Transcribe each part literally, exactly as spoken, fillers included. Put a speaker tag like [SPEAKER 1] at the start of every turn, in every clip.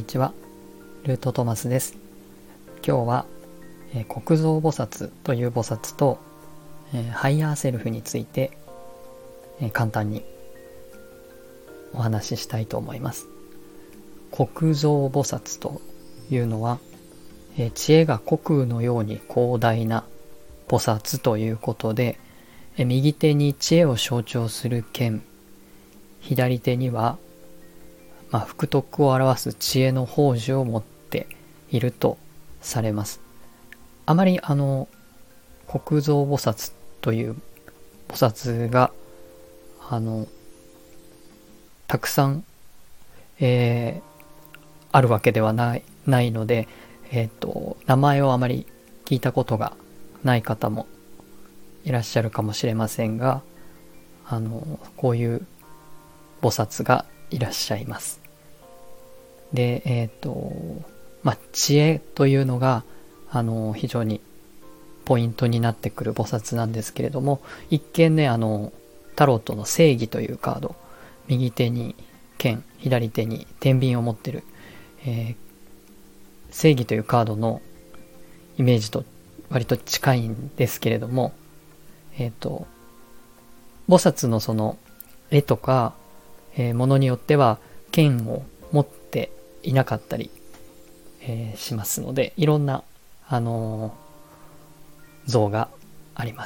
[SPEAKER 1] ちは、ルートトマスです。今日は、えー、国蔵菩薩という菩薩と、えー、ハイヤーセルフについて、えー、簡単にお話ししたいと思います。国蔵菩薩というのは、えー、知恵が虚空のように広大な菩薩ということで、えー、右手に知恵を象徴する剣、左手にはまあ、福徳を表す知恵の宝珠を持っているとされます。あまりあの国蔵菩薩という菩薩があのたくさん、えー、あるわけではない、ないので、えーと、名前をあまり聞いたことがない方もいらっしゃるかもしれませんが、あのこういう菩薩がいらっしゃいます。で、えっと、まあ、知恵というのが、あの、非常にポイントになってくる菩薩なんですけれども、一見ね、あの、タロットの正義というカード、右手に剣、左手に天秤を持ってる、えー、正義というカードのイメージと割と近いんですけれども、えっと、菩薩のその絵とか、えー、ものによっては剣を持っていなかったり、えー、しますので、いろんな、あのー、像があります。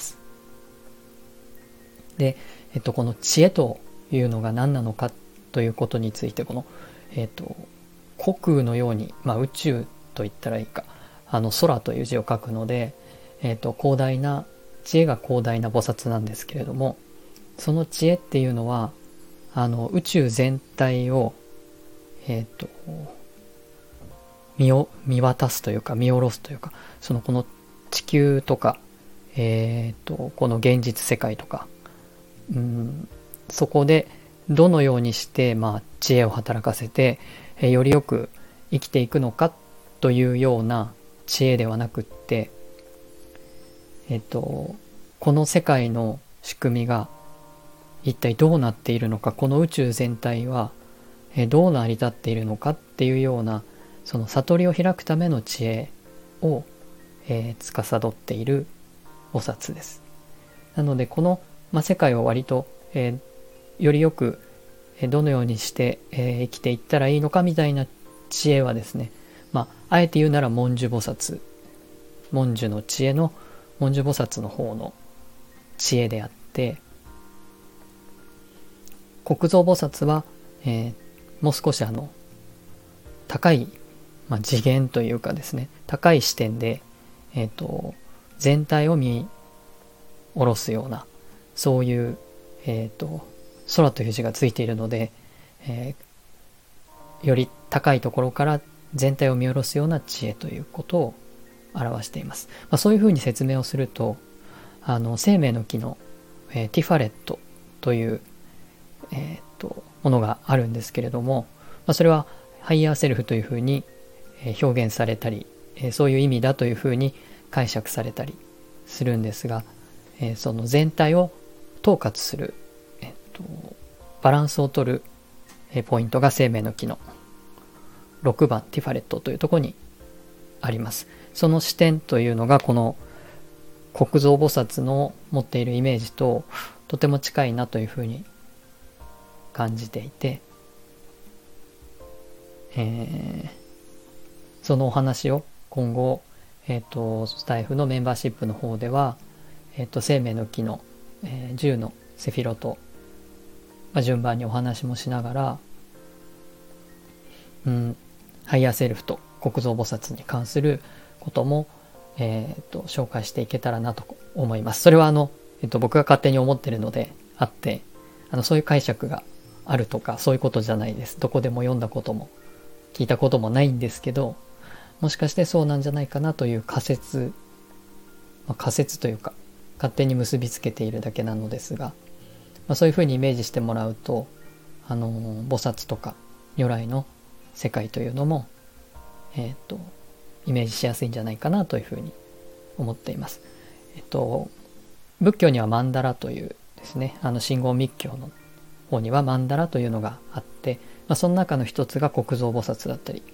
[SPEAKER 1] で、えっと、この知恵というのが何なのかということについて、この、えっと、虚空のように、まあ、宇宙と言ったらいいか、あの空という字を書くので、えっと、広大な、知恵が広大な菩薩なんですけれども、その知恵っていうのは、あの宇宙全体をえっと見を見渡すというか見下ろすというか、そのこの地球とか、えっとこの現実世界とか、うん、そこでどのようにして、まあ、知恵を働かせて、えー、よりよく生きていくのかというような知恵ではなくって、えっとこの世界の仕組みが一体どうなっているのか、この宇宙全体はどう成り立っているのかっていうような、その悟りを開くための知恵を、えー、司っている菩薩です。なのでこの、まあ、世界を割と、えー、よりよく、えー、どのようにして、えー、生きていったらいいのかみたいな知恵はですね、まあ、あえて言うなら文殊菩薩、文殊の知恵の文殊菩薩の方の知恵であって、国蔵菩薩は、えー、もう少しあの高い、まあ、次元というかですね、高い視点で、えーと、全体を見下ろすような、そういう、えーと、空という字がついているので、えー、より高いところから全体を見下ろすような知恵ということを表しています。まあ、そういうふうに説明をすると、あの生命の木の、えー、ティファレットというえー、とものがあるんですけれども、まあ、それはハイヤーセルフというふうに表現されたり、えー、そういう意味だというふうに解釈されたりするんですが、えー、その全体を統括する、えー、とバランスを取る、えー、ポイントが生命の木のろくばんティファレットというところにあります。その視点というのがこの国蔵菩薩の持っているイメージととても近いなというふうに感じていて、えー、そのお話を今後、えーと、スタイフのメンバーシップの方では、えーと、生命の木の、えー、じゅうのセフィロと、まあ、順番にお話もしながら、うん、ハイヤーセルフと国蔵菩薩に関することも、えーと、紹介していけたらなと思います。それはあの、えーと、僕が勝手に思ってるのであって、あのそういう解釈があるとかそういうことじゃないです。どこでも読んだことも聞いたこともないんですけど、もしかしてそうなんじゃないかなという仮説、まあ、仮説というか勝手に結びつけているだけなのですが、まあ、そういうふうにイメージしてもらうと、あのー、菩薩とか如来の世界というのも、えっとイメージしやすいんじゃないかなというふうに思っています。えっと仏教には曼荼羅というですね、あの真言密教の方には曼荼羅というのがあって、まあ、その中の一つが国蔵菩薩だったり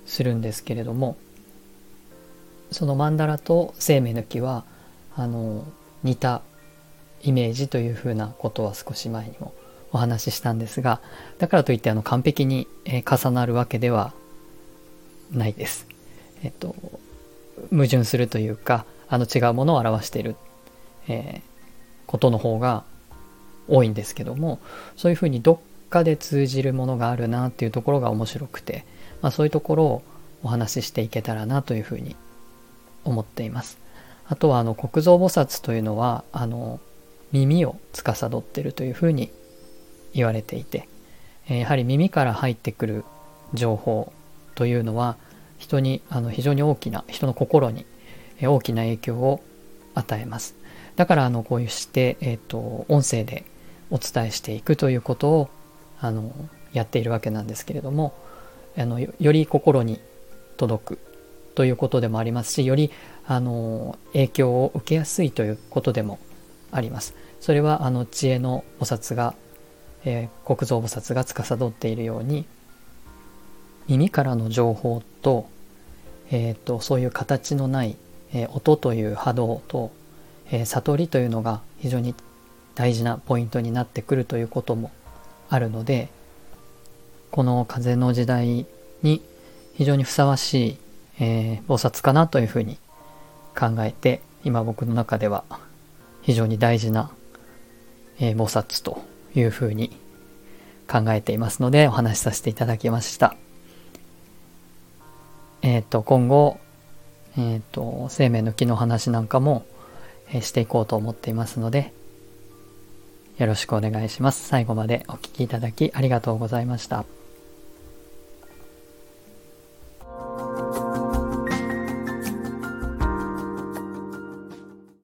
[SPEAKER 1] するんですけれども、その曼荼羅と生命の木はあの似たイメージというふうなことは少し前にもお話ししたんですが、だからといってあの完璧に重なるわけではないです。えっと矛盾するというか、あの違うものを表している、えー、ことの方が多いんですけども、そういうふうにどっかで通じるものがあるなっていうところが面白くて、まあ、そういうところをお話ししていけたらなというふうに思っています。あとはあの国蔵菩薩というのはあの耳を司っているというふうに言われていて、やはり耳から入ってくる情報というのは人にあの非常に大きな、人の心に大きな影響を与えます。だからあのこういうして、えーと、音声でお伝えしていくということをあのやっているわけなんですけれども、あの よ, より心に届くということでもありますし、よりあの影響を受けやすいということでもあります。それはあの知恵の菩薩が、えー、国蔵菩薩が司っているように、耳からの情報と、えー、とそういう形のない、えー、音という波動と、えー、悟りというのが非常に大事なポイントになってくるということもあるので、この風の時代に非常にふさわしい、えー、菩薩かなというふうに考えて、今僕の中では非常に大事な、えー、菩薩というふうに考えていますのでお話しさせていただきました。えっと今後、えっと生命の木の話なんかも、えー、していこうと思っていますので、よろしくお願いします。最後までお聞きいただきありがとうございました。